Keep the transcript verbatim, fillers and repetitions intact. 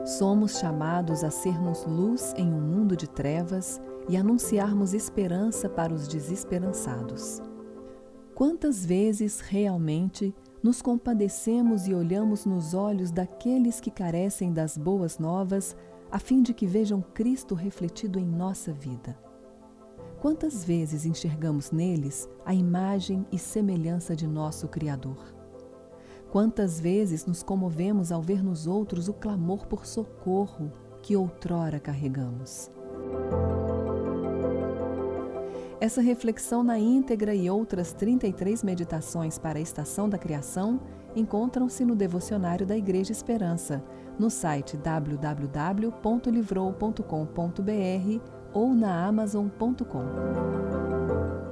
Somos chamados a sermos luz em um mundo de trevas e anunciarmos esperança para os desesperançados. Quantas vezes realmente nos compadecemos e olhamos nos olhos daqueles que carecem das boas novas, a fim de que vejam Cristo refletido em nossa vida? Quantas vezes enxergamos neles a imagem e semelhança de nosso Criador? Quantas vezes nos comovemos ao ver nos outros o clamor por socorro que outrora carregamos? Essa reflexão na íntegra e outras trinta e três meditações para a Estação da Criação encontram-se no Devocionário da Igreja Esperança, no site w w w ponto livrou ponto com ponto b r ou na amazon ponto com.